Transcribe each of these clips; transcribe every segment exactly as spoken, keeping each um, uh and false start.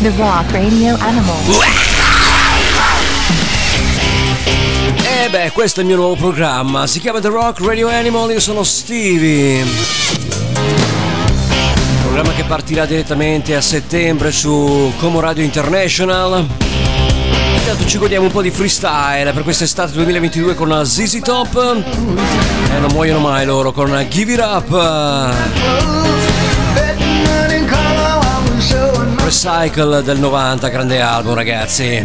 The Rock Radio Animal. E beh, questo è il mio nuovo programma, si chiama The Rock Radio Animal, io sono Stevie. Programma che partirà direttamente a settembre su Como Radio International. Intanto ci godiamo un po' di freestyle per quest'estate duemilaventidue con Z Z Top. E non muoiono mai loro con Give It Up. Recycle del novanta, grande album, ragazzi.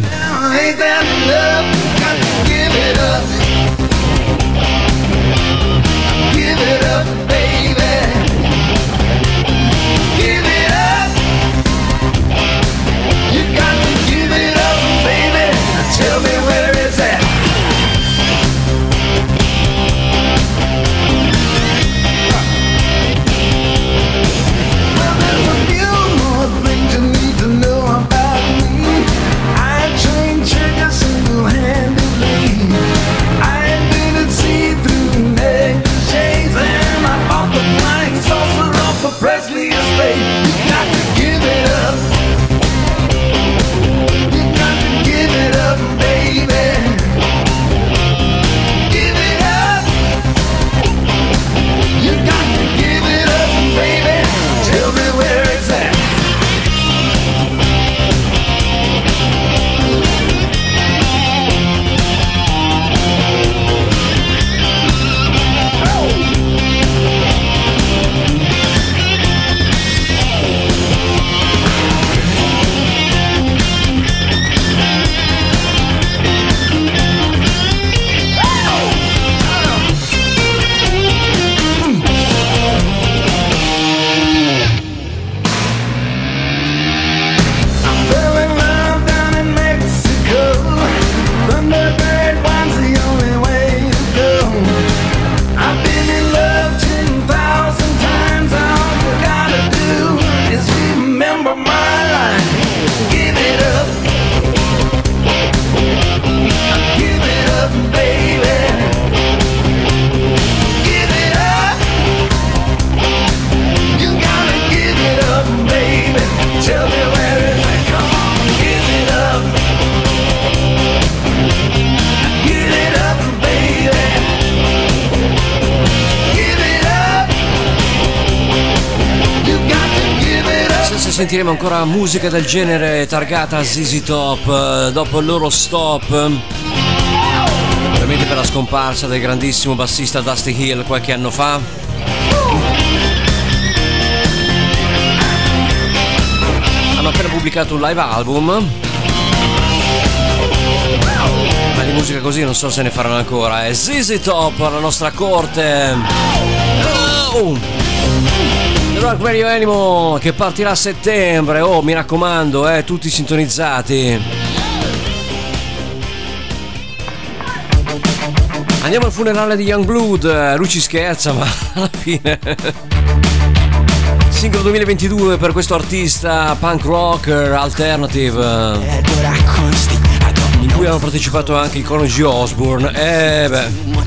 Tell me where it's at. Well, there's a few more things you need to know about me. I trained trigger single-handedly. I didn't see through negligees, and I bought the flying saucer off of Presley Estate. You got to give it up. Give it up, baby. Give it up. You got to give it up, baby. Tell me where it's at. Sentiremo ancora musica del genere targata a Z Z Top dopo il loro stop, ovviamente per la scomparsa del grandissimo bassista Dusty Hill qualche anno fa. Hanno appena pubblicato un live album, ma di musica così non so se ne faranno ancora. È Z Z Top alla nostra corte. Oh! Rock Radio Animal che partirà a settembre, oh mi raccomando, eh, tutti sintonizzati. Andiamo al funerale di Youngblood, lui ci scherza ma alla fine singolo duemilaventidue per questo artista punk rocker alternative in cui hanno partecipato anche i Ozzy Osbourne. Eh beh,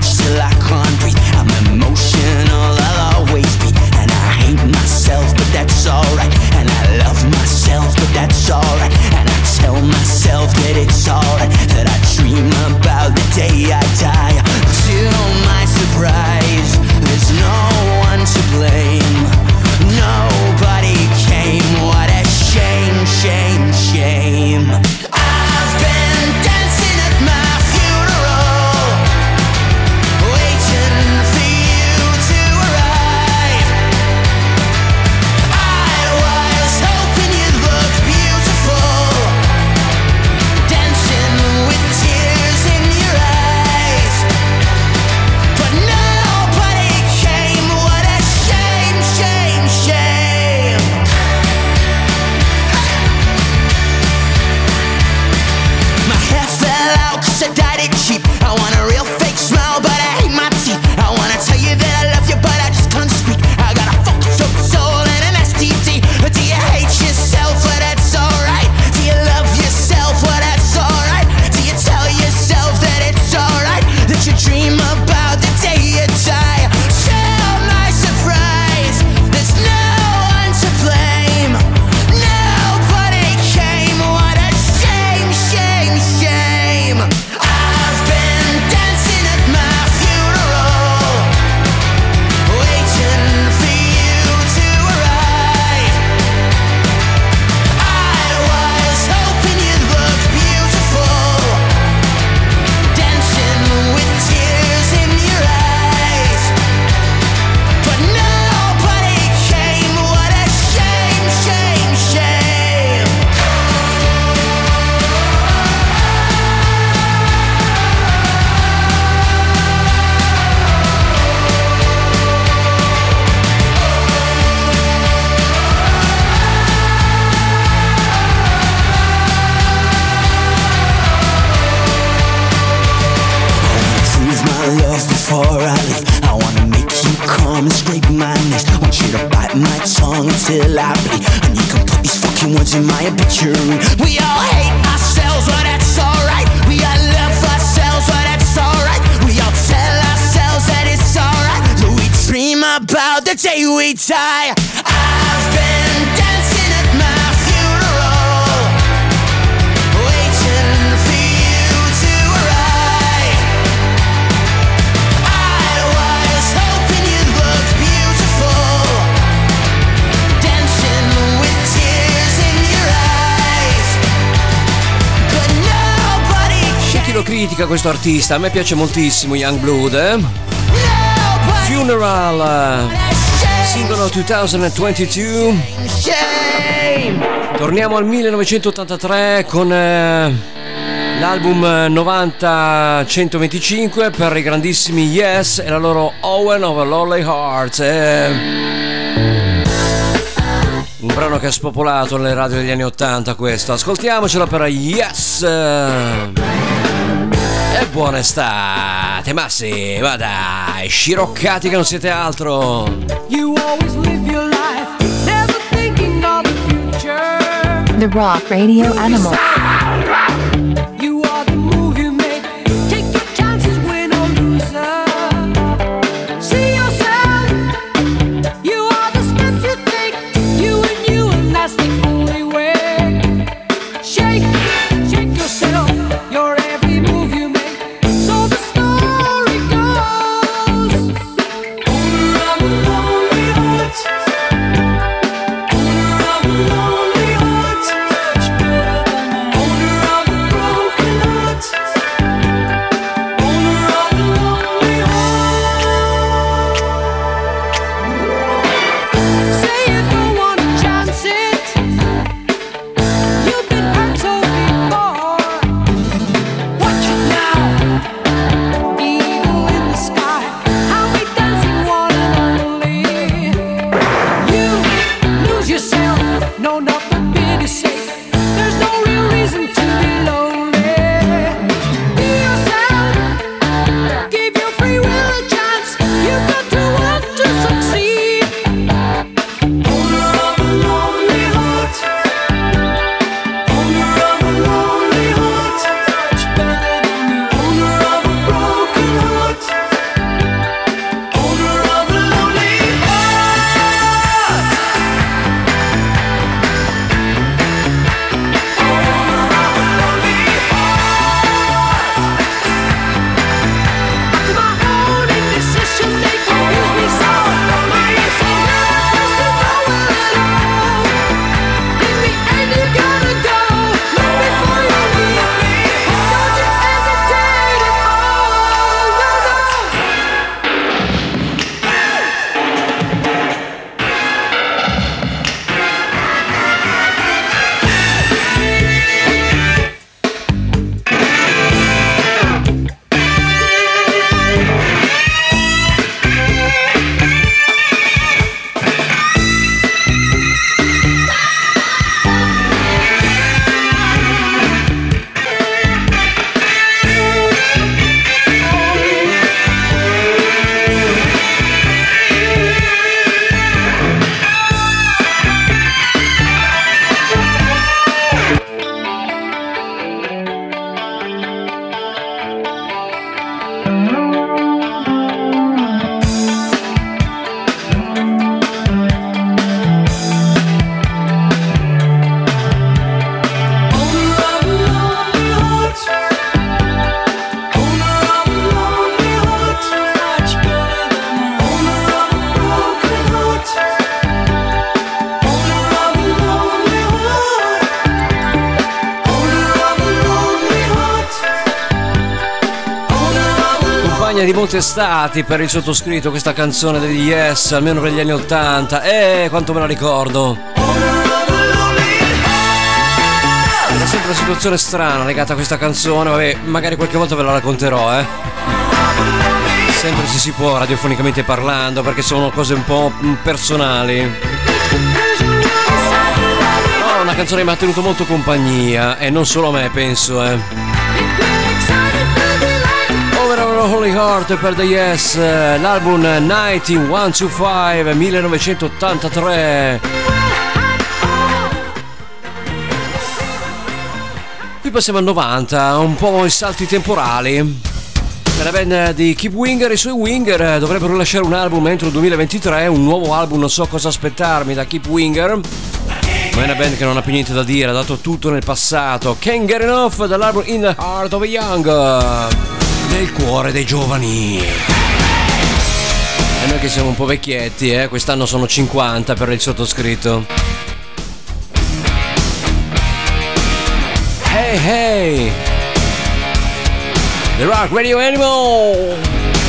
myself, but that's alright. And I love myself, but that's alright. And I tell myself that it's alright, that I dream about the day I die. To my surprise, there's no one to blame. Nobody came. What a shame, shame, shame. I've been dancing at my funeral, waiting for you to arrive. I was hoping you'd look beautiful, dancing with tears in your eyes. love before I leave. I wanna make you come and scrape my knees. Want you to bite my tongue until I bleed. And you can put these fucking words in my obituary. We all hate ourselves, but that's alright. We all love ourselves, but that's alright. We all tell ourselves that it's alright. So we dream about the day we die. I've been dancing at my funeral, waiting for you to arrive. I was hoping you looked beautiful, dancing with tears in your eyes. But nobody C'è chi lo critica questo artista, a me piace moltissimo Youngblood, eh? nobody Funeral, singolo duemilaventidue. Torniamo al millenovecentottantatré con eh, l'album novanta centoventicinque per i grandissimi Yes e la loro Owen of a Lonely Heart. Eh. Un brano che ha spopolato nelle radio degli anni ottanta questo. Ascoltiamocelo per Yes. E buona estate, ma sì, ma dai, sciroccati che non siete altro. You always live your life, never thinking of the future. The Rock Radio Animal. You are the move you make, take your chances, win or loser. See yourself, you are the steps you take, you and you, and that's the only way. Shake, shake yourself, your every move you make. So the story goes, owner of a lonely heart, owner of a lonely heart, much better than owner of a broken heart, owner of a lonely heart. Say you don't wanna chance it, you've been hurt so before. Watch it now, eagle in the sky, how we dancing one and only. You lose yourself, no nothing pity sake. There's no real reason to be lonely. Be yourself, give your free will a chance. You've got to want to succeed. Owner of a lonely heart, owner of a lonely heart, much better than the owner of a broken heart, owner of a lonely heart, owner of a lonely heart. After my own indecision, they confuse me so. I say never trust you nowhere at all. In the end, you gotta go. Look before you leave me. Don't you hesitate at all. No, no. Owner of a lonely heart, owner of a lonely heart, much better than the owner of a broken heart, owner of a lonely heart, owner of a lonely heart, owner of a Compagna di molte estati per il sottoscritto questa canzone degli Yes, almeno negli anni ottanta. Eh, quanto me la ricordo. Era sempre una situazione strana legata a questa canzone, vabbè, magari qualche volta ve la racconterò, eh. Sempre se si può, radiofonicamente parlando, perché sono cose un po' mm, personali. No, una canzone che mi ha tenuto molto compagnia, e non solo a me, penso, eh. Over Our Holy Heart per The Yes, l'album millenovecentottantacinque millenovecentottantatré. Qui passiamo al novanta, un po' i salti temporali. La band di Keep Winger e i suoi Winger dovrebbero rilasciare un album entro il duemilaventitré, un nuovo album, non so cosa aspettarmi da Keep Winger, ma è una band che non ha più niente da dire, ha dato tutto nel passato. Can't Get Enough dall'album In the Heart of a Young, nel cuore dei giovani. E noi che siamo un po' vecchietti, eh? Quest'anno sono cinquanta per il sottoscritto. Hey hey, The Rock Radio Animal.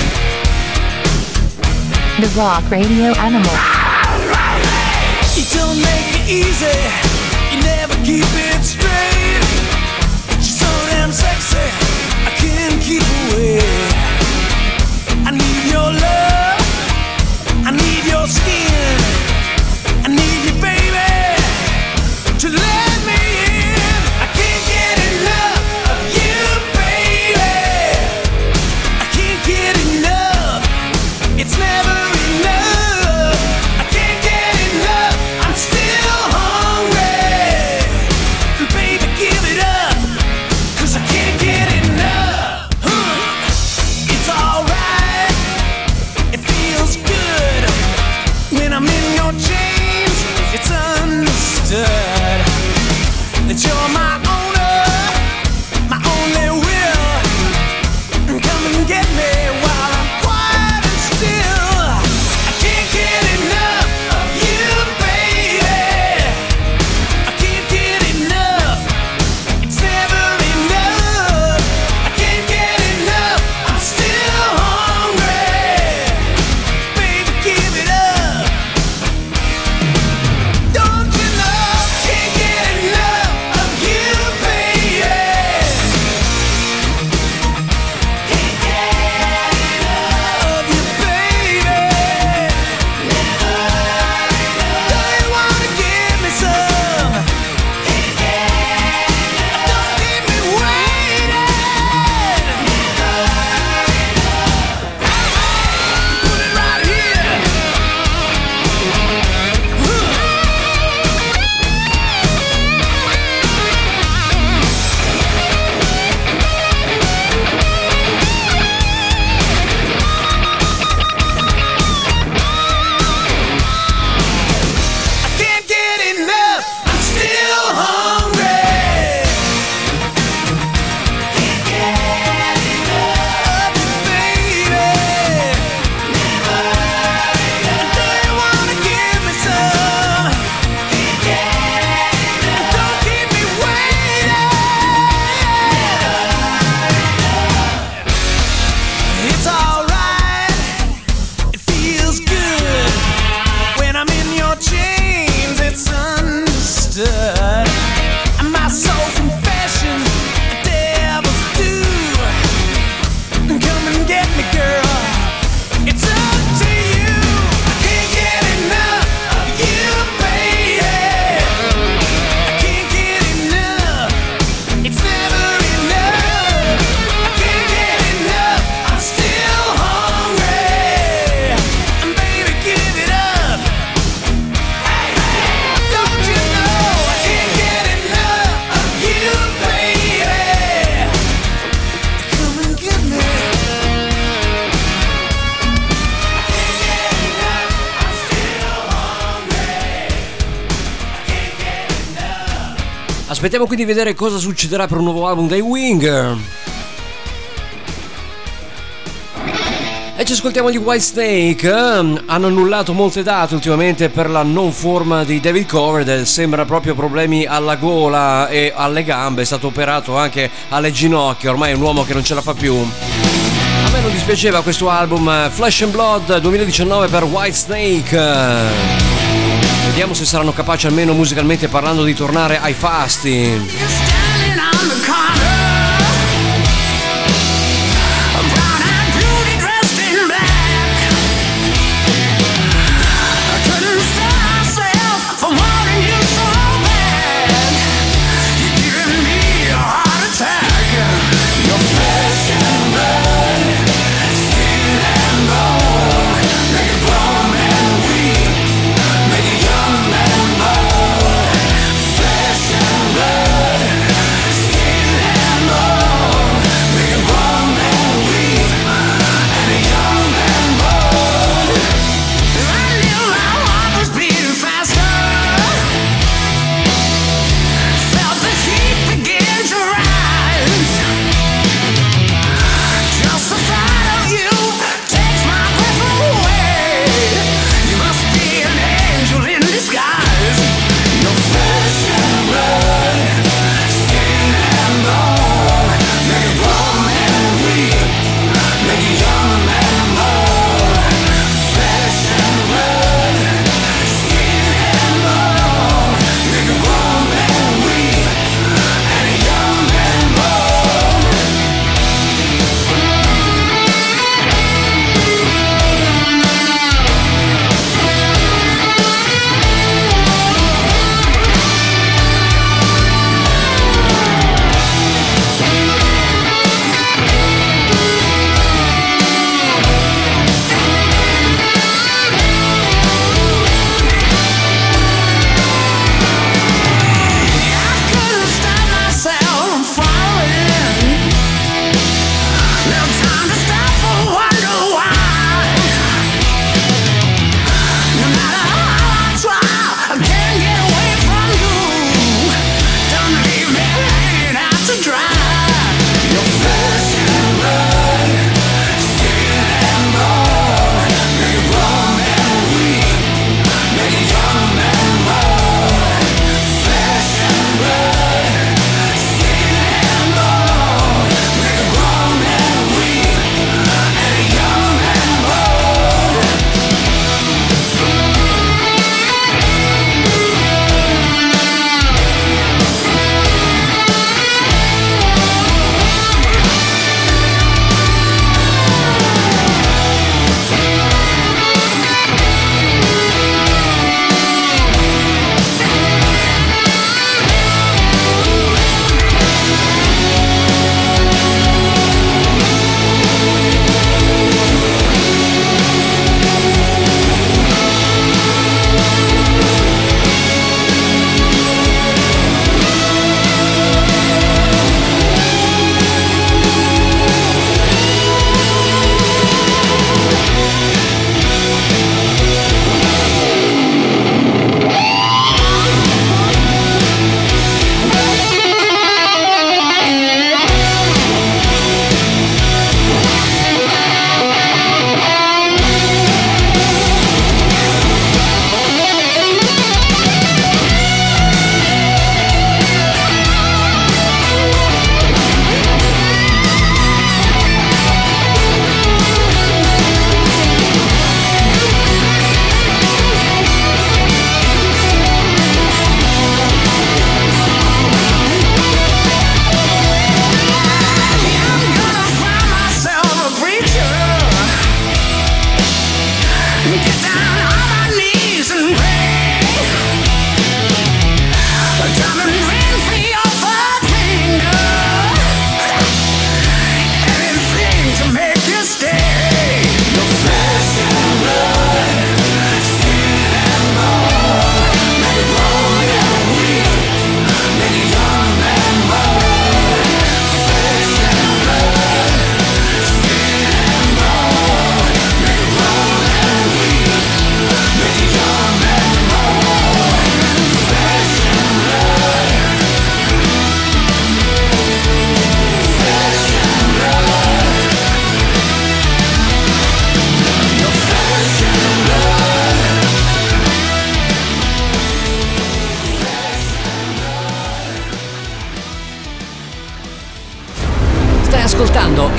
The Rock Radio Animal. You don't make it easy, you never keep it straight. She's so damn sexy, I can't keep away. I need your love, I need your skin, I need you, baby, to let me in. I can't get enough of you, baby. I can't get enough, it's never enough. I can't get enough, I'm still hungry. Baby, give it up, 'cause I can't get enough. Huh. It's alright, it feels good. When I'm in your chains, it's understood that you're my owner, my only will. Come and get me while I'm quiet and still. I can't get enough of you, baby. I can't get enough, it's never enough. I can't get enough, I'm still hungry. Baby, give it up. Don't you know? Can't get enough of you, baby. Can't get enough of you, baby. Don't you wanna give me some? Can't get enough. Don't keep me waiting. Put it right here. I can't get enough, I'm still hungry. Can't get enough of you, baby. Do you wanna give me some? Can't get enough. Don't keep me waiting. It's alright, it feels good. When I'm in your chains, it's understood. And my soul confession, the devil's due. Come and get me, girl. It's up to you. I can't get enough of you, baby. I can't get enough, it's never enough. I can't get enough, I'm still hungry. And baby, give it up. Don't you know I can't get enough of you, baby? Come and get me. Aspettiamo quindi di vedere cosa succederà per un nuovo album dei Winger. E ci ascoltiamo gli Whitesnake. eh? Hanno annullato molte date ultimamente per la non forma di David Coverdale. Sembra proprio problemi alla gola e alle gambe. È stato operato anche alle ginocchia. Ormai è un uomo che non ce la fa più. A me non dispiaceva questo album eh, Flesh and Blood duemiladiciannove per Whitesnake. Vediamo se saranno capaci almeno musicalmente parlando di tornare ai fasti. You're standing on the corner, a brown-eyed beauty dressed in black. I couldn't stop myself from wanting you so bad. You're giving me a heart attack. Your flesh and blood.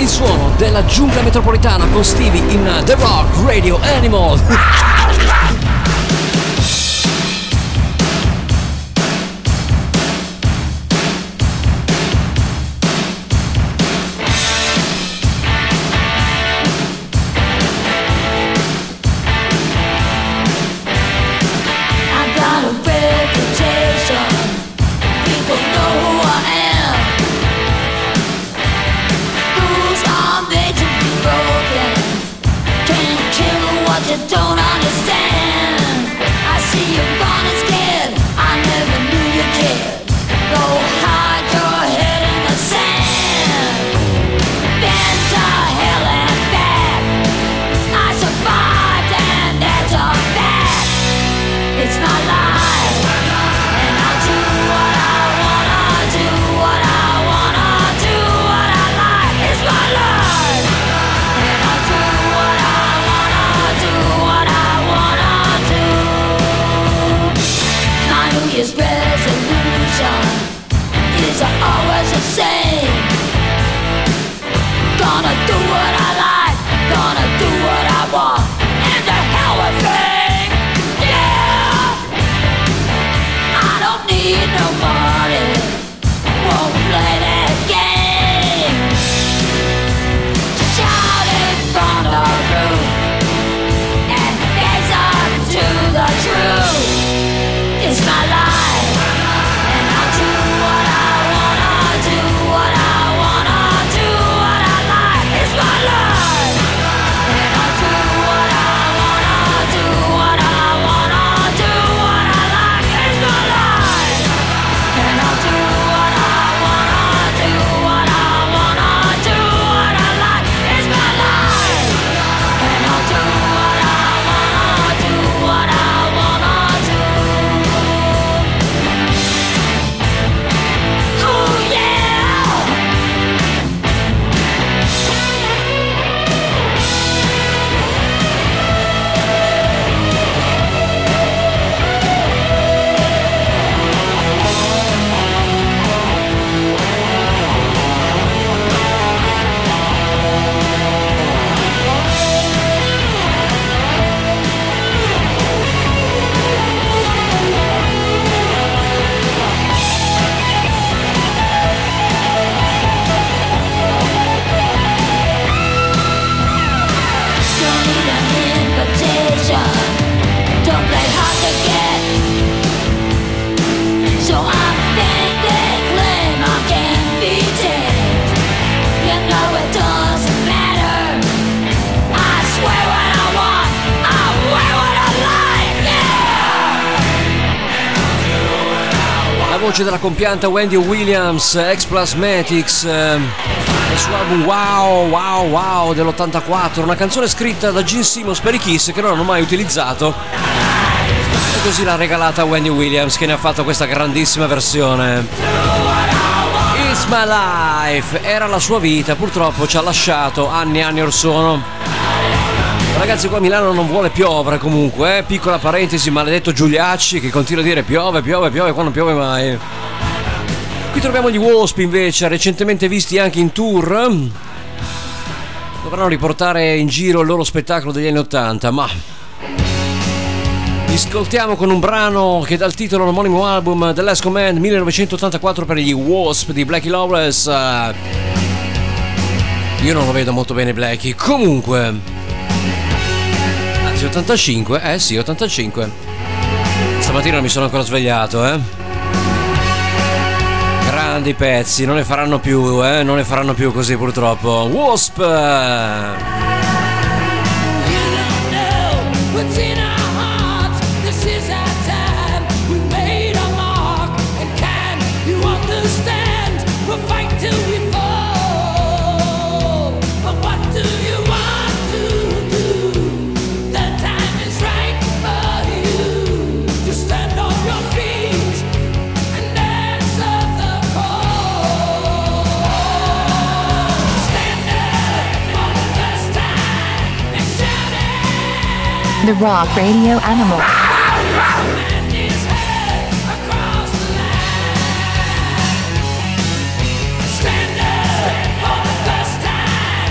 Il suono della giungla metropolitana con Stevie in The Rock Radio Animal. Don't understand. I see you gone and scared. I never knew you cared. Go hide your head in the sand. Been to hell and back. I survived and that's a fact. It's my life, and I'll do what I wanna do, what I wanna do, what I like. It's my life, and I'll do what I wanna do, what I wanna do. My New Year's resolution is always the same. Gonna do what I like, gonna do what I want, and the hell with fame. Yeah, I don't need no money, won't play that game. Shout it from the roof and face up to the truth. It's my life, and I'll do what I wanna do, what I wanna do, what I like. It's my life, and I'll do what I wanna do, what I wanna do, what I like. It's my life, and I'll do what I wanna do, what I wanna do, what I like. It's my life, and I'll do what I wanna do, what I wanna do. Oh yeah. Don't need an invitation. Don't play hard to get. So I think they claim I can't be tamed. You know it doesn't matter. I swear what I want. I wear what I like. Yeah. La voce della compianta Wendy Williams, ex Plasmatics, ehm, il suo album Wow Wow Wow dell'ottantaquattro, una canzone scritta da Gene Simmons per i Kiss che non hanno mai utilizzato, e così l'ha regalata a Wendy Williams, che ne ha fatto questa grandissima versione. It's My Life, era la sua vita, purtroppo ci ha lasciato anni e anni or sono. Ragazzi, qua a Milano non vuole piovere comunque, eh? Piccola parentesi, maledetto Giuliacci che continua a dire piove, piove, piove, qua non piove mai. Qui troviamo gli Wasp invece, recentemente visti anche in tour. Dovranno riportare in giro il loro spettacolo degli anni ottanta, ma li ascoltiamo con un brano che dà il titolo all'omonimo album The Last Command millenovecentottantaquattro per gli Wasp di Blackie Lawless. Io non lo vedo molto bene Blackie, comunque. Anzi, ottantacinque, eh sì, ottantacinque. Stamattina non mi sono ancora svegliato, eh. Grandi pezzi, non ne faranno più, eh, non ne faranno più così purtroppo. Wasp! You don't know what's in our hearts. This is our time. We made our mark. And can you understand? We'll fight till we fall. But what do you want to do? The time is right for you to stand on your feet and answer the call. Stand up for the first time and shout it. The Rock Radio Animal. And his head across the line. Stand up for the first time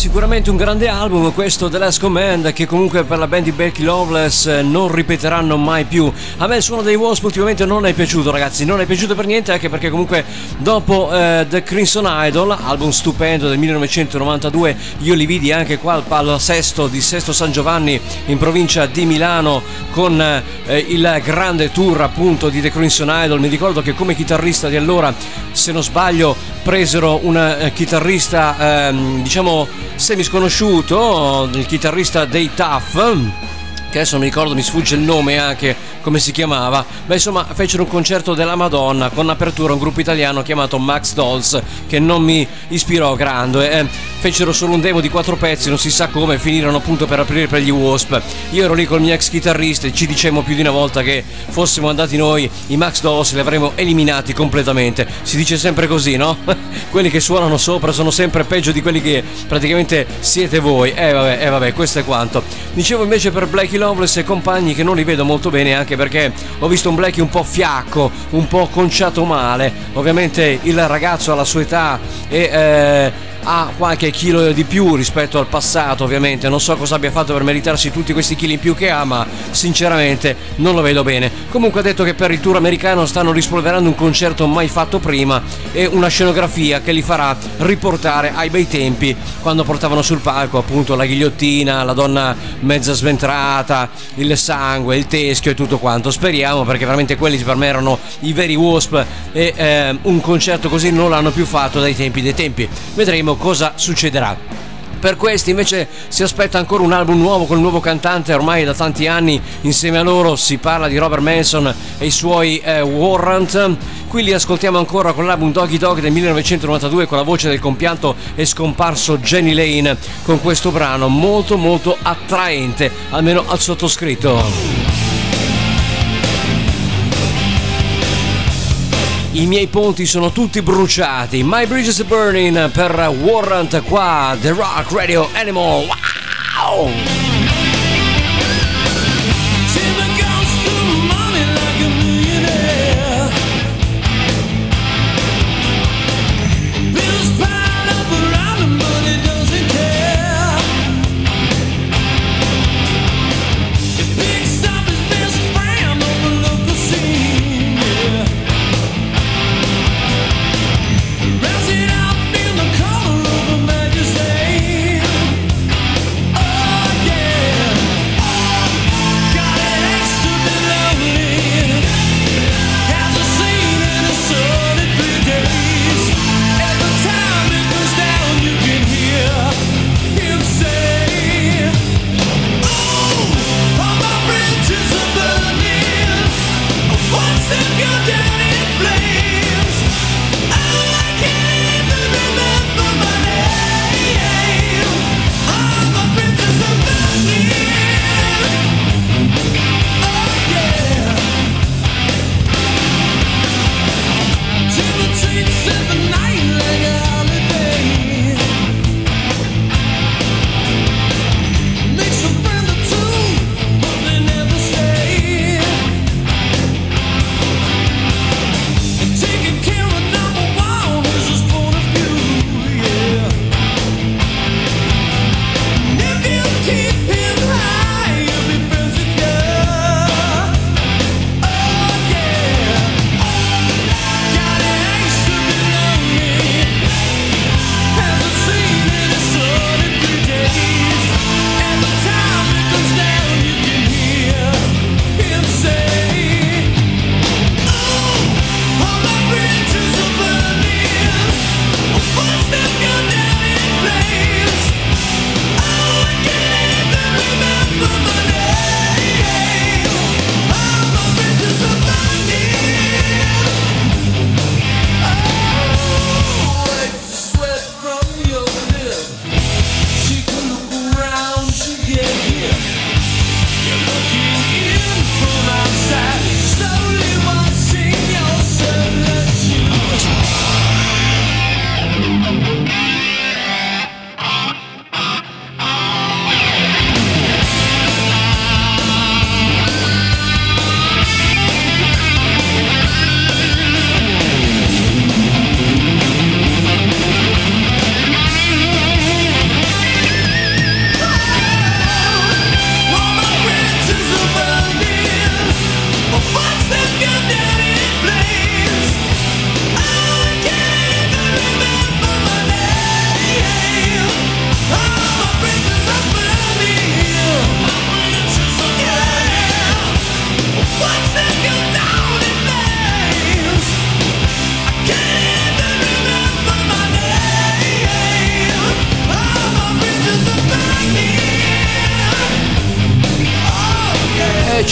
sicuramente un grande album questo The Last Command, che comunque per la band di Becky Loveless non ripeteranno mai più. A me il suono dei Wasp ultimamente non è piaciuto, ragazzi, non è piaciuto per niente, anche perché comunque dopo eh, The Crimson Idol, album stupendo del millenovecentonovantadue, io li vidi anche qua al, al Sesto di Sesto San Giovanni in provincia di Milano con eh, il grande tour appunto di The Crimson Idol. Mi ricordo che come chitarrista di allora, se non sbaglio, presero un eh, chitarrista ehm, diciamo semi sconosciuto, il chitarrista dei Tough, che adesso non mi ricordo, mi sfugge il nome anche come si chiamava, ma insomma fecero un concerto della Madonna con apertura un gruppo italiano chiamato Max Dolls, che non mi ispirò grande. Eh, fecero solo un demo di quattro pezzi, non si sa come, finirono appunto per aprire per gli Wasp. Io ero lì col mio ex chitarrista e ci dicemmo più di una volta che fossimo andati noi i Max Dolls li avremmo eliminati completamente. Si dice sempre così, no? Quelli che suonano sopra sono sempre peggio di quelli che praticamente siete voi. Eh vabbè, eh vabbè, questo è quanto. Dicevo invece per Blackie Loveless e compagni che non li vedo molto bene, anche perché ho visto un Blackie un po' fiacco, un po' conciato male. Ovviamente il ragazzo alla sua età e eh, ha qualche chilo di più rispetto al passato, ovviamente non so cosa abbia fatto per meritarsi tutti questi chili in più che ha, ma sinceramente non lo vedo bene. Comunque ha detto che per il tour americano stanno rispolverando un concerto mai fatto prima e una scenografia che li farà riportare ai bei tempi, quando portavano sul palco appunto la ghigliottina, la donna mezza sventrata, il sangue, il teschio e tutto quanto. Speriamo, perché veramente quelli per me erano i veri Wasp e eh, un concerto così non l'hanno più fatto dai tempi dei tempi. Vedremo cosa succederà. Per questi invece si aspetta ancora un album nuovo con un nuovo cantante, ormai da tanti anni insieme a loro si parla di Robert Manson e i suoi eh, Warrant. Qui li ascoltiamo ancora con l'album Doggy Dog del millenovecentonovantadue, con la voce del compianto e scomparso Jenny Lane, con questo brano molto molto attraente, almeno al sottoscritto. I miei ponti sono tutti bruciati. My Bridges are Burning per Warrant qua, The Rock Radio Animal. Wow! Oh yeah.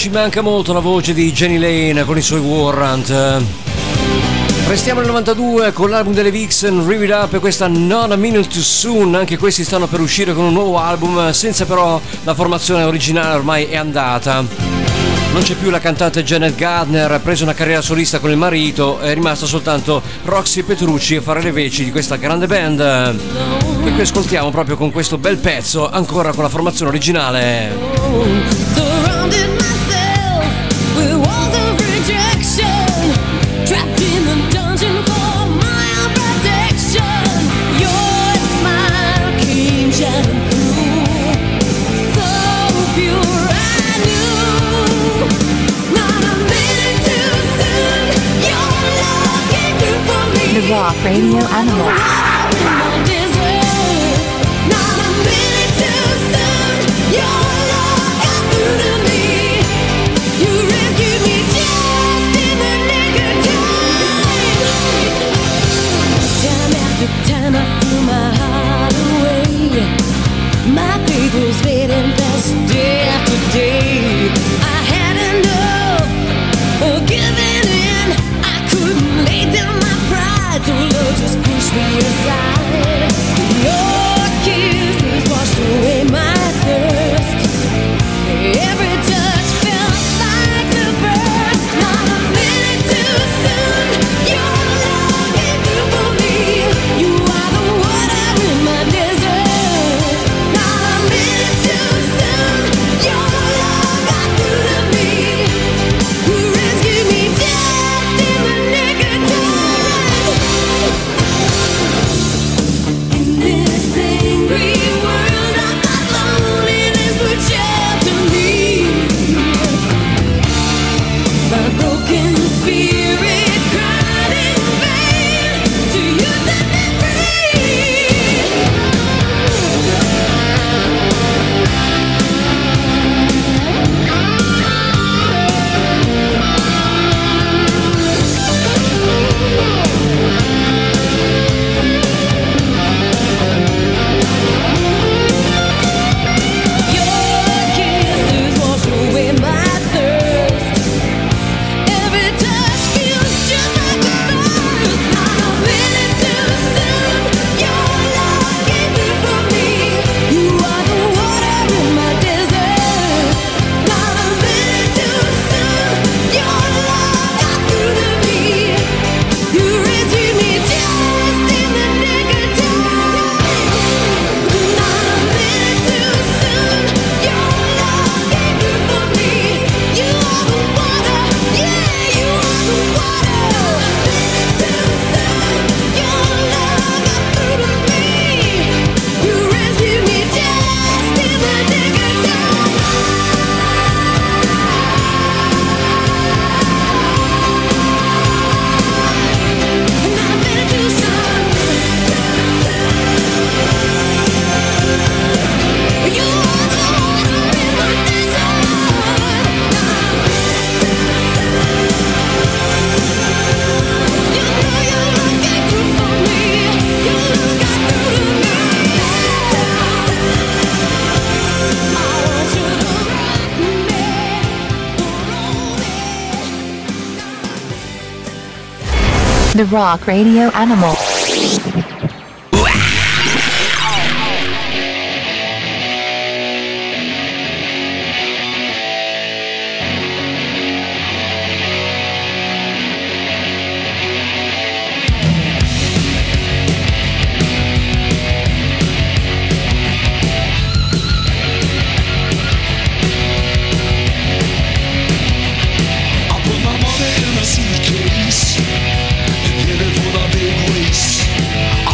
ci manca molto la voce di Jenny Lane con i suoi Warrant. Restiamo nel novantadue con l'album delle Vixen, Rev It Up, e questa Not a Minute Too Soon. Anche questi stanno per uscire con un nuovo album, senza però la formazione originale, ormai è andata. Non c'è più la cantante Janet Gardner, ha preso una carriera solista con il marito, è rimasta soltanto Roxy Petrucci a fare le veci di questa grande band. E qui ascoltiamo proprio con questo bel pezzo, ancora con la formazione originale. Surrounded myself with walls of rejection, trapped in a dungeon for my own protection. Your smile came shining through, so pure I knew. Not a minute too soon, your love came through for me. The Rock Radio Animal. Time I threw my heart away, my faith was fading fast day after day. I had enough of giving in, I couldn't lay down my pride, so love just pushed me aside. Your kisses washed away my thirst, every touch felt like the first. Not a minute too soon, your love came through for me. You are the water in my desert. Not a minute too soon, your love got through to me. You rescued me just in the nick of time. In this angry world, I thought loneliness would shelter me. My broken spirit cried in vain to you set me free. Your kisses wash away my thirst, every touch feels just like the first. Not a minute too soon, your love came through for me. You are the water in my desert. Not a minute too soon, your love got through to me. You rescued me just in the nick of time. Not a minute too soon, your love came through for me. You are the water, yeah, you are the water. Too soon, your love got through to me. You rescued me just in the nick of time. Not a minute too soon. You are the water in my desert. You know your love came through for me. Your love got through to me. I want you to rock me, roll me. The Rock Radio Animal. I put my money in a suitcase and headed for the big race. I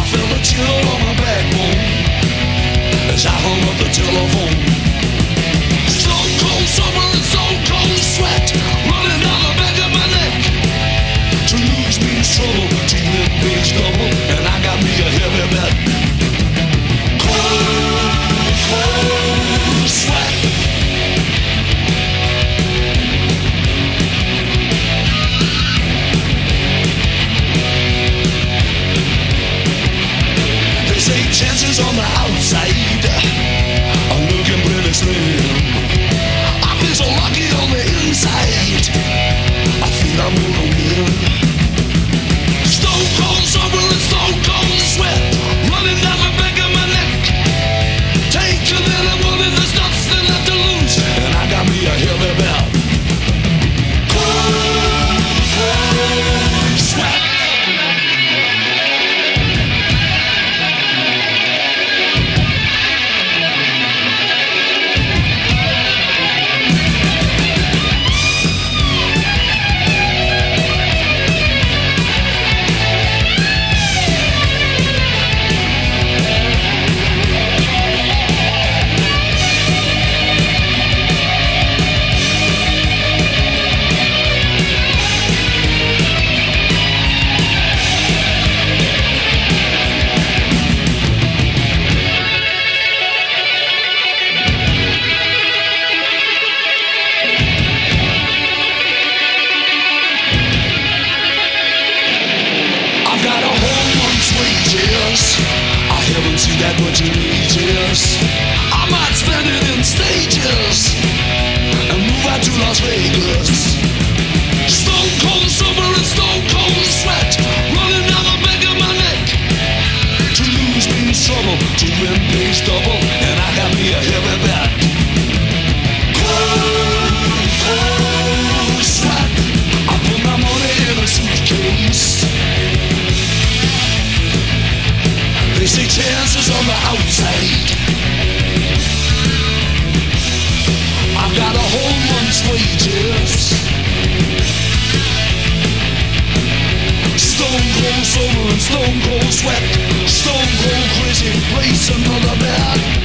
is that what your age is? I might spend it in stages and move out to Las Vegas. Stone cold summer and stone cold sweat, running down the back of my neck. To lose means trouble, to win pays double, and I got me a heavy bet. Cold, cold sweat, I put my money in a suitcase. They say chances on the outside. I've got a whole month's wages. Stone cold summer and stone cold sweat, stone cold crazy place another bed.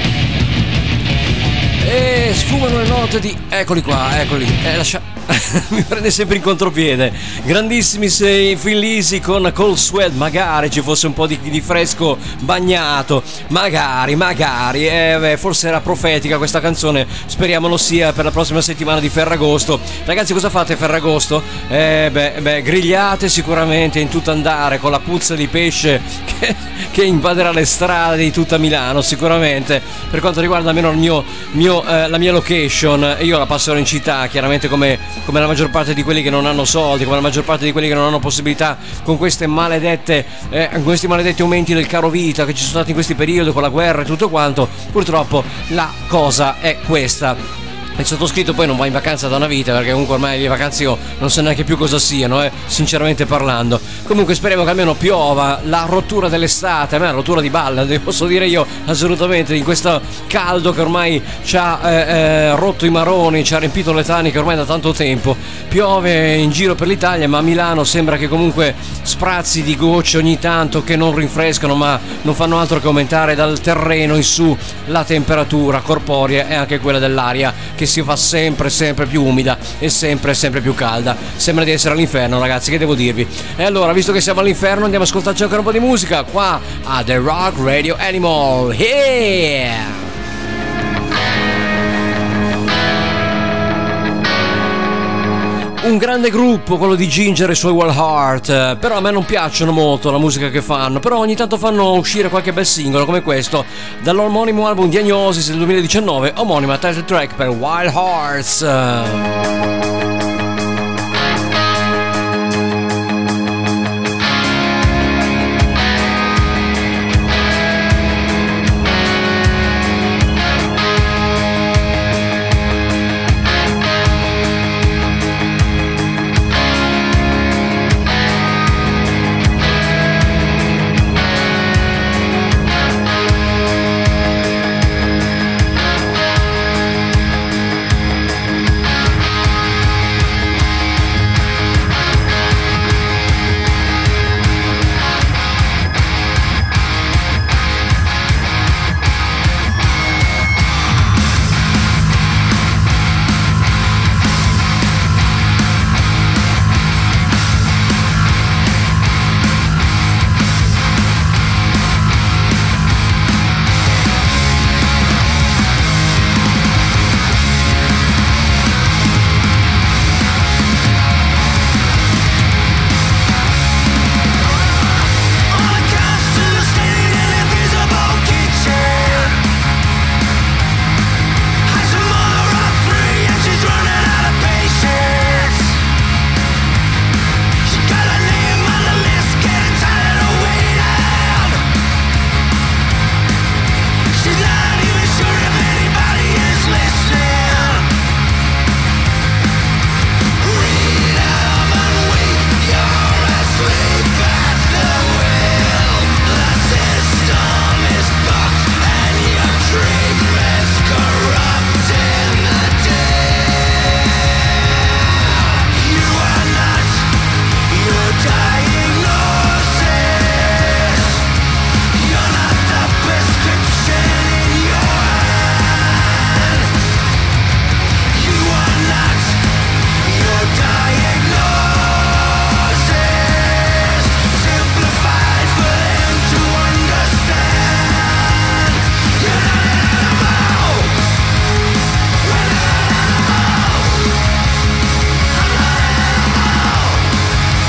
E sfumano le note di... Eccoli qua, eccoli. Eh, lascia... Mi prende sempre in contropiede. Grandissimi sei Thin Lizzy con Cold Sweat. Magari ci fosse un po' di, di fresco bagnato. Magari, magari eh, beh, forse era profetica questa canzone. Speriamo lo sia per la prossima settimana di Ferragosto. Ragazzi, cosa fate Ferragosto? Eh, beh, beh, grigliate sicuramente in tutto andare, con la puzza di pesce che, che invaderà le strade di tutta Milano sicuramente. Per quanto riguarda almeno il mio, mio, eh, la mia location, io la passerò in città, chiaramente come come la maggior parte di quelli che non hanno soldi, come la maggior parte di quelli che non hanno possibilità, con queste maledette eh, con questi maledetti aumenti del caro vita che ci sono stati in questi periodi, con la guerra e tutto quanto. Purtroppo la cosa è questa. Il sottoscritto poi non va in vacanza da una vita, perché comunque ormai le vacanze io non so neanche più cosa siano, eh, sinceramente parlando. Comunque speriamo che almeno piova, la rottura dell'estate, a me la rottura di balle, posso dire io assolutamente, in questo caldo che ormai ci ha eh, eh, rotto i maroni, ci ha riempito le taniche ormai da tanto tempo. Piove in giro per l'Italia, ma a Milano sembra che comunque sprazzi di gocce ogni tanto che non rinfrescano, ma non fanno altro che aumentare dal terreno in su la temperatura corporea e anche quella dell'aria, che si fa sempre sempre più umida e sempre sempre più calda. Sembra di essere all'inferno, ragazzi, che devo dirvi. E allora, visto che siamo all'inferno, andiamo a ascoltarci ancora un po' di musica qua a The Rock Radio Animal. Yeah! Un grande gruppo, quello di Ginger e i suoi Wild Heart, però a me non piacciono molto la musica che fanno, però ogni tanto fanno uscire qualche bel singolo come questo dall'omonimo album Diagnosis del duemiladiciannove, omonima title track per Wild Hearts.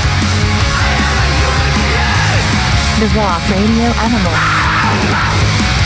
The Rock Radio Animal.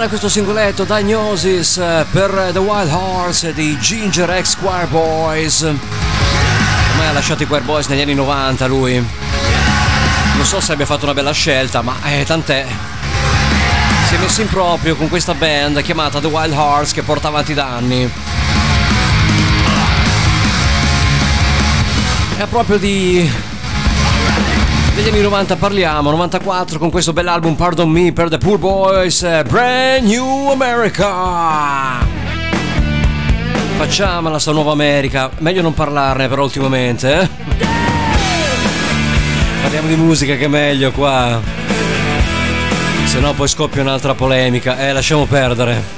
male questo singoletto Diagnosis per The Wild Hearts di Ginger X Choir Boys. Ormai ha lasciato i Choir Boys negli anni novanta lui. Non so se abbia fatto una bella scelta, ma eh, tant'è. Si è messo in proprio con questa band chiamata The Wild Hearts che porta avanti da anni. È proprio di... degli anni novanta parliamo, novantaquattro, con questo bell'album Pardon Me per The Poor Boys, Brand New America. Facciamola sta nuova America, meglio non parlarne però ultimamente, eh? Parliamo di musica che è meglio qua, se no poi scoppia un'altra polemica, eh lasciamo perdere.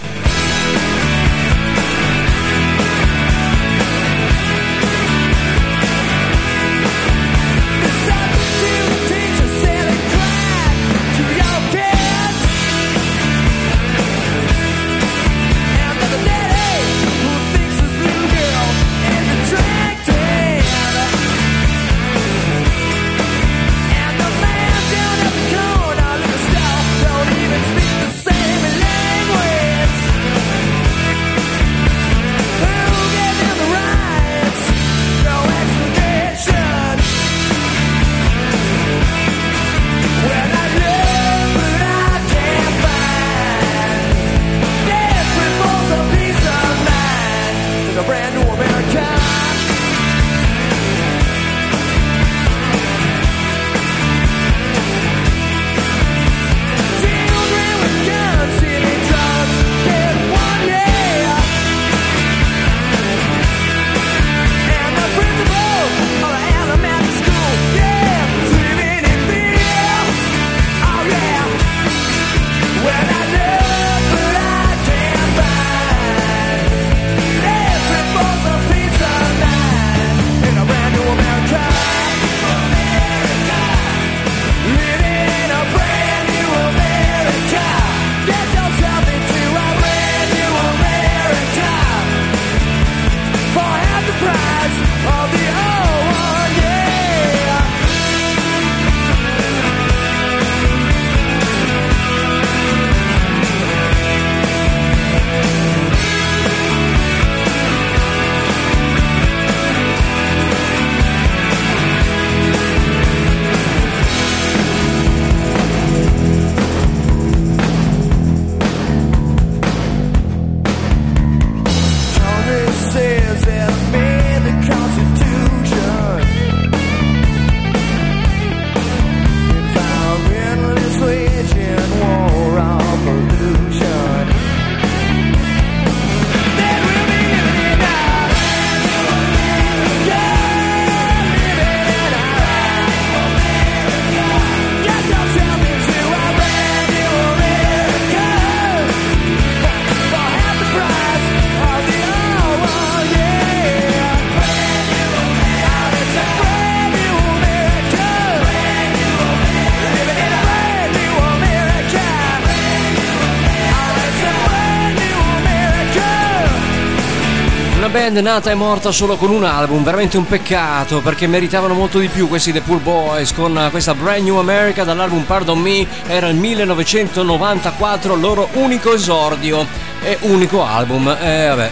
Band nata e morta solo con un album, veramente un peccato perché meritavano molto di più questi The Poor Boys con questa Brand New America dall'album Pardon Me. Era il millenovecentonovantaquattro, loro unico esordio e unico album, e eh, vabbè.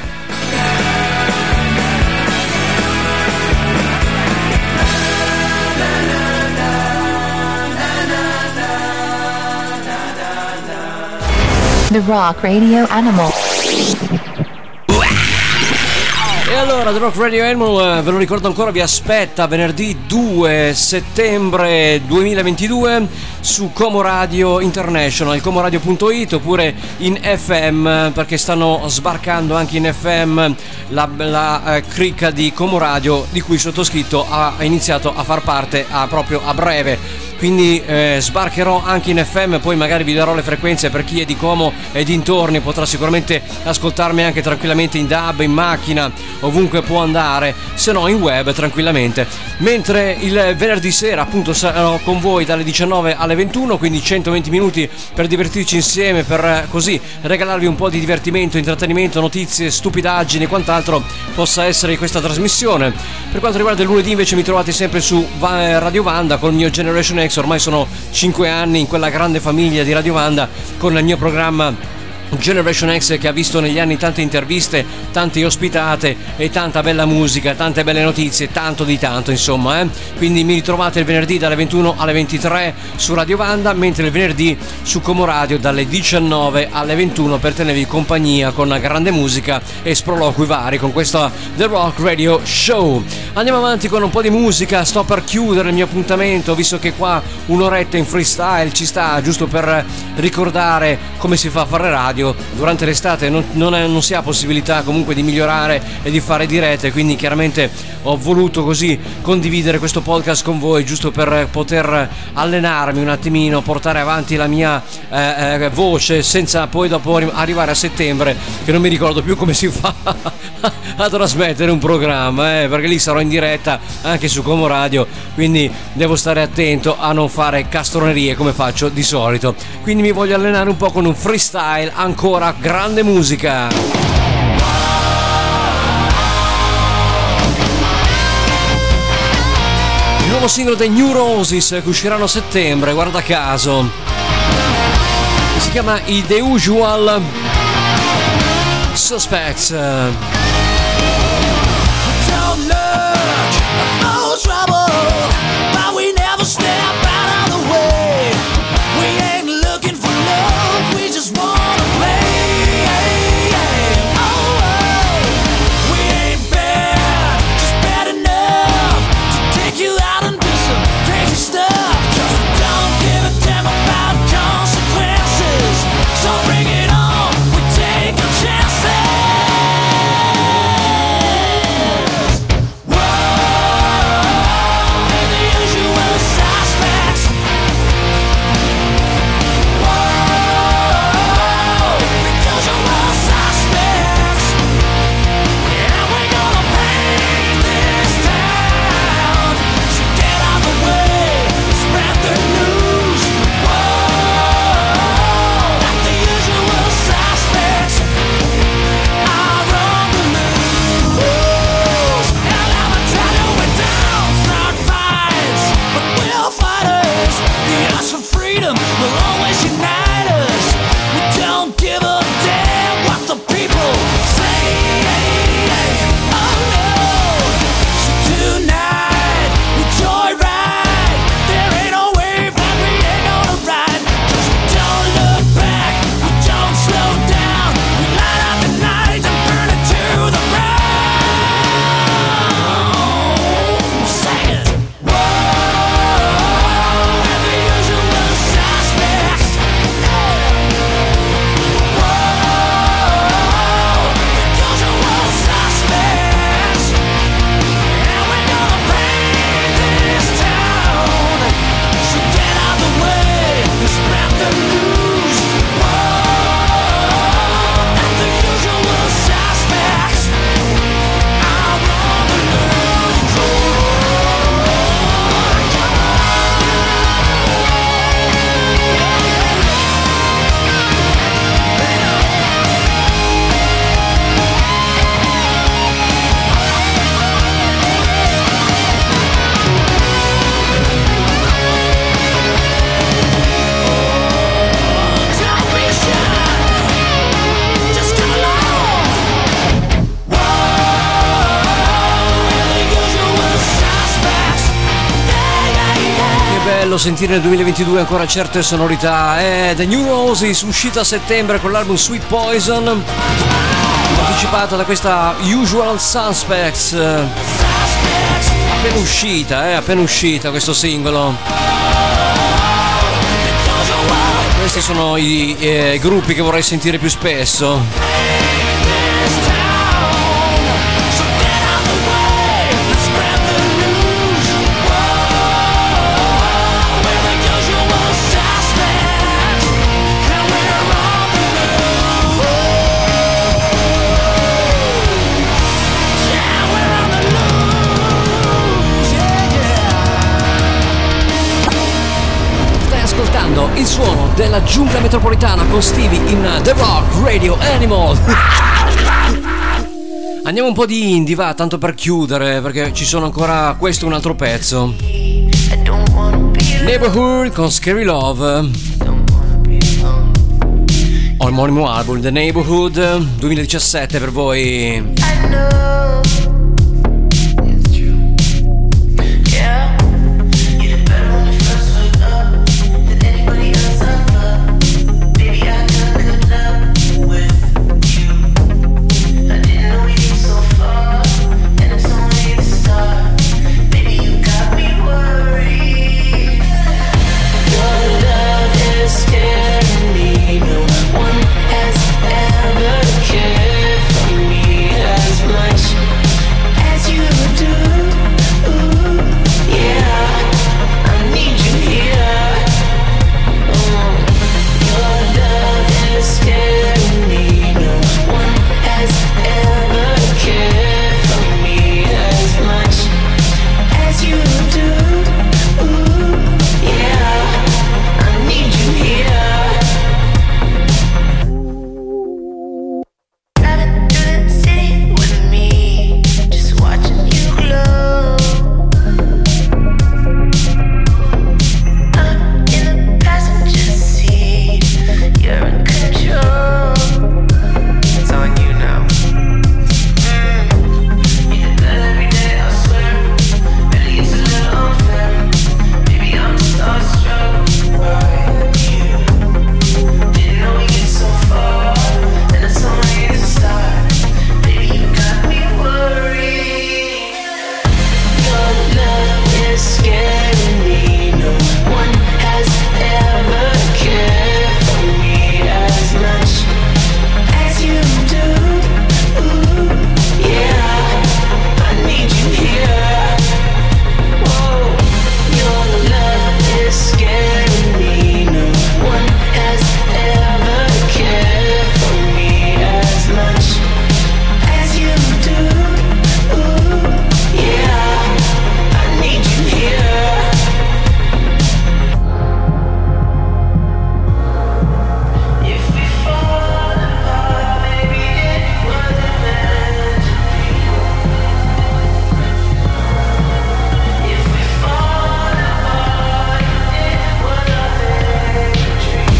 The Rock Radio Animal. E allora The Rock Radio Animal, ve lo ricordo ancora, vi aspetta venerdì due settembre duemilaventidue su Como Radio International, il comoradio punto it, oppure in F M, perché stanno sbarcando anche in F M la, la eh, cricca di Como Radio, di cui il sottoscritto ha iniziato a far parte a, proprio a breve. Quindi eh, sbarcherò anche in F M, poi magari vi darò le frequenze per chi è di Como e dintorni, potrà sicuramente ascoltarmi anche tranquillamente in D A B, in macchina, ovunque può andare, se no in web tranquillamente. Mentre il venerdì sera appunto sarò con voi dalle diciannove alle ventuno, quindi centoventi minuti per divertirci insieme, per eh, così regalarvi un po' di divertimento, intrattenimento, notizie, stupidaggini e quant'altro possa essere questa trasmissione. Per quanto riguarda il lunedì invece mi trovate sempre su Radio Vanda col mio Generation X. Ormai sono cinque anni in quella grande famiglia di Radio Vanda con il mio programma Generation X, che ha visto negli anni tante interviste, tante ospitate e tanta bella musica, tante belle notizie, tanto di tanto insomma, eh? Quindi mi ritrovate il venerdì dalle ventuno alle ventitré su Radio Vanda, mentre il venerdì su Como Radio dalle diciannove alle ventuno per tenervi compagnia con grande musica e sproloqui vari con questo The Rock Radio Show. Andiamo avanti con un po' di musica, sto per chiudere il mio appuntamento, visto che qua un'oretta in freestyle ci sta, giusto per ricordare come si fa a fare radio. Durante l'estate non, non, è, non si ha possibilità comunque di migliorare e di fare dirette, quindi chiaramente ho voluto così condividere questo podcast con voi, giusto per poter allenarmi un attimino, portare avanti la mia eh, eh, voce, senza poi dopo arrivare a settembre che non mi ricordo più come si fa a trasmettere un programma, eh, perché lì sarò in diretta anche su Como Radio, quindi devo stare attento a non fare castronerie come faccio di solito. Quindi mi voglio allenare un po' con un freestyle, ancora grande musica. Il nuovo singolo dei New Roses che usciranno a settembre, guarda caso, si chiama i The Usual Suspects. Don't look for trouble, but we never step out of the way. We ain't looking for love, we just wanna play. Oh, oh. We ain't bad, just bad enough to take you out and do some crazy stuff. Cause we don't give a damn about consequences, so bring it on, we take our chances. Sentire nel duemilaventidue ancora certe sonorità. È The New Roses, uscita a settembre con l'album Sweet Poison, anticipato da questa Usual Suspects, appena uscita, eh, appena uscita questo singolo. Questi sono i eh, gruppi che vorrei sentire più spesso. Il suono della giungla metropolitana con Stevie in The Rock Radio Animal. Andiamo un po' di indie, va, tanto per chiudere, perché ci sono ancora questo e un altro pezzo. Neighborhood con Scary Love. Omonimo album The Neighborhood duemiladiciassette per voi. I know it's true. Yeah, you did better when you first wake up than anybody else I love. Baby, I got good love with you. I didn't know we'd get so far, and it's only the start. Baby, you got me worried. Your love is scaring me. No one has ever cared for me as much as you do. Ooh, yeah, I need you here. Oh, your love is scaring me. No one has ever cared for me as much as you do. Ooh, yeah, I need you here. Driving through the city with me, just watching you glow. I'm in the passenger seat, you're in control. It's on you now. Mm. You do that every day, I swear. Really, it's a little unfair. Baby, I'm starstruck by you. Didn't know we get so far, and it's only the start. Baby, you got me worried. Your love is scaring me. No one has ever cared for me as much as you do. Ooh, yeah, I need you here. Whoa, your love is scaring me. No one has ever cared for me as much as you do. Ooh, yeah, I need you here. If we fall apart, maybe it wasn't meant to be. If we fall apart, it was a victory.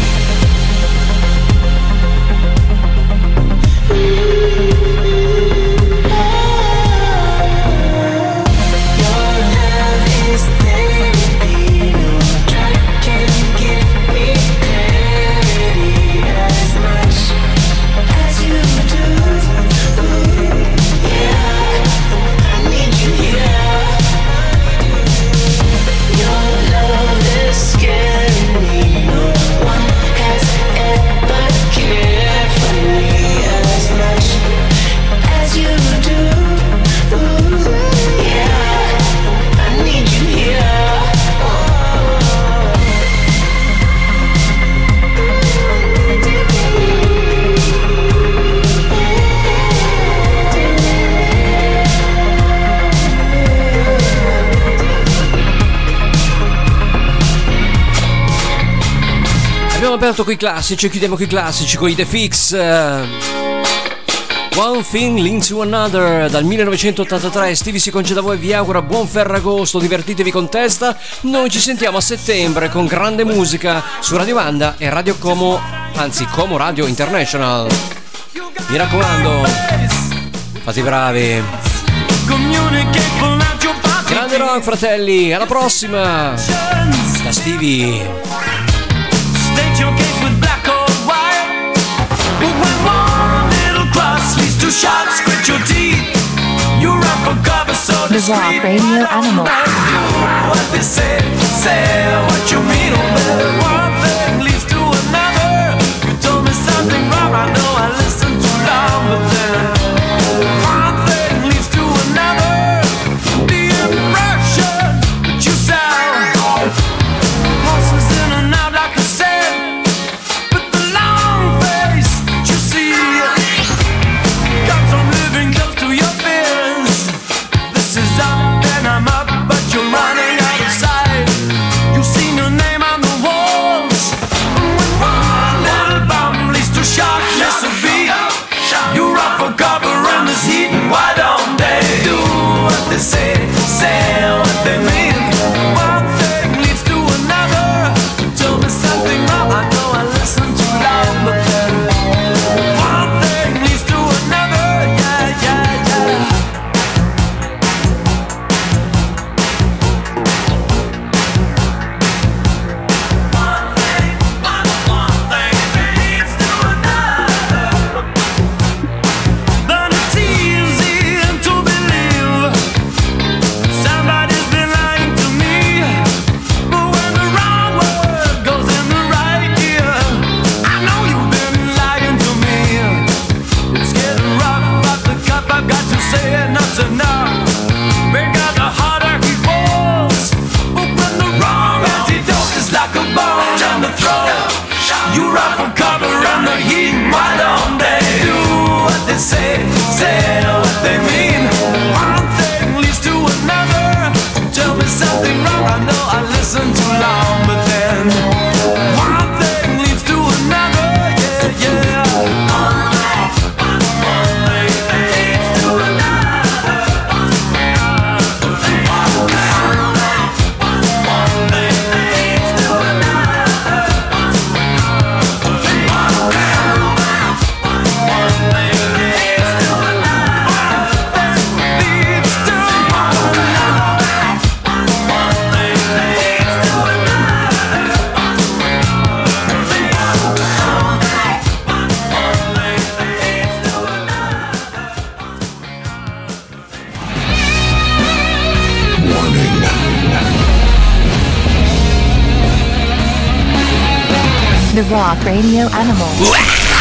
Your love is therapy. No drug can give me clarity as much as you do. Ooh, yeah, I need you here. Your love is scaring me. No one has ever cared for me as much as you do. Ooh, yeah, I need you here. Abbiamo aperto coi classici e chiudiamo coi classici con i The Fix. eh, One Thing Leads to Another dal millenovecentottantatré. Stevie si concede a voi e vi augura buon Ferragosto, divertitevi con testa. Noi ci sentiamo a settembre con grande musica su Radio Banda e Radio Como, anzi Como Radio International. Mi raccomando, fate i bravi. Grande rock, fratelli, alla prossima da Stevie. State your case with black or white. But when one little cross leads to shots, grit your teeth. You run for cover, so The discreet. Rock Radio Animal. What they say, say what you mean. Oh, but one thing leads to another. You told me something wrong. I know I listened too long, but then one thing leads to another. The impression that you sound horses in and out like a sand. But the long face that you see comes from living close to your fears. This is up and I'm up, but you're running out of sight. You've seen your name on the walls. And when one little bomb leads to shock, miss a beat. You run for cover in this heat. Why don't they do what they say, say what they mean? One thing leads to another. Tell me something wrong. I know I listened too loud, but then The Rock Radio Animal.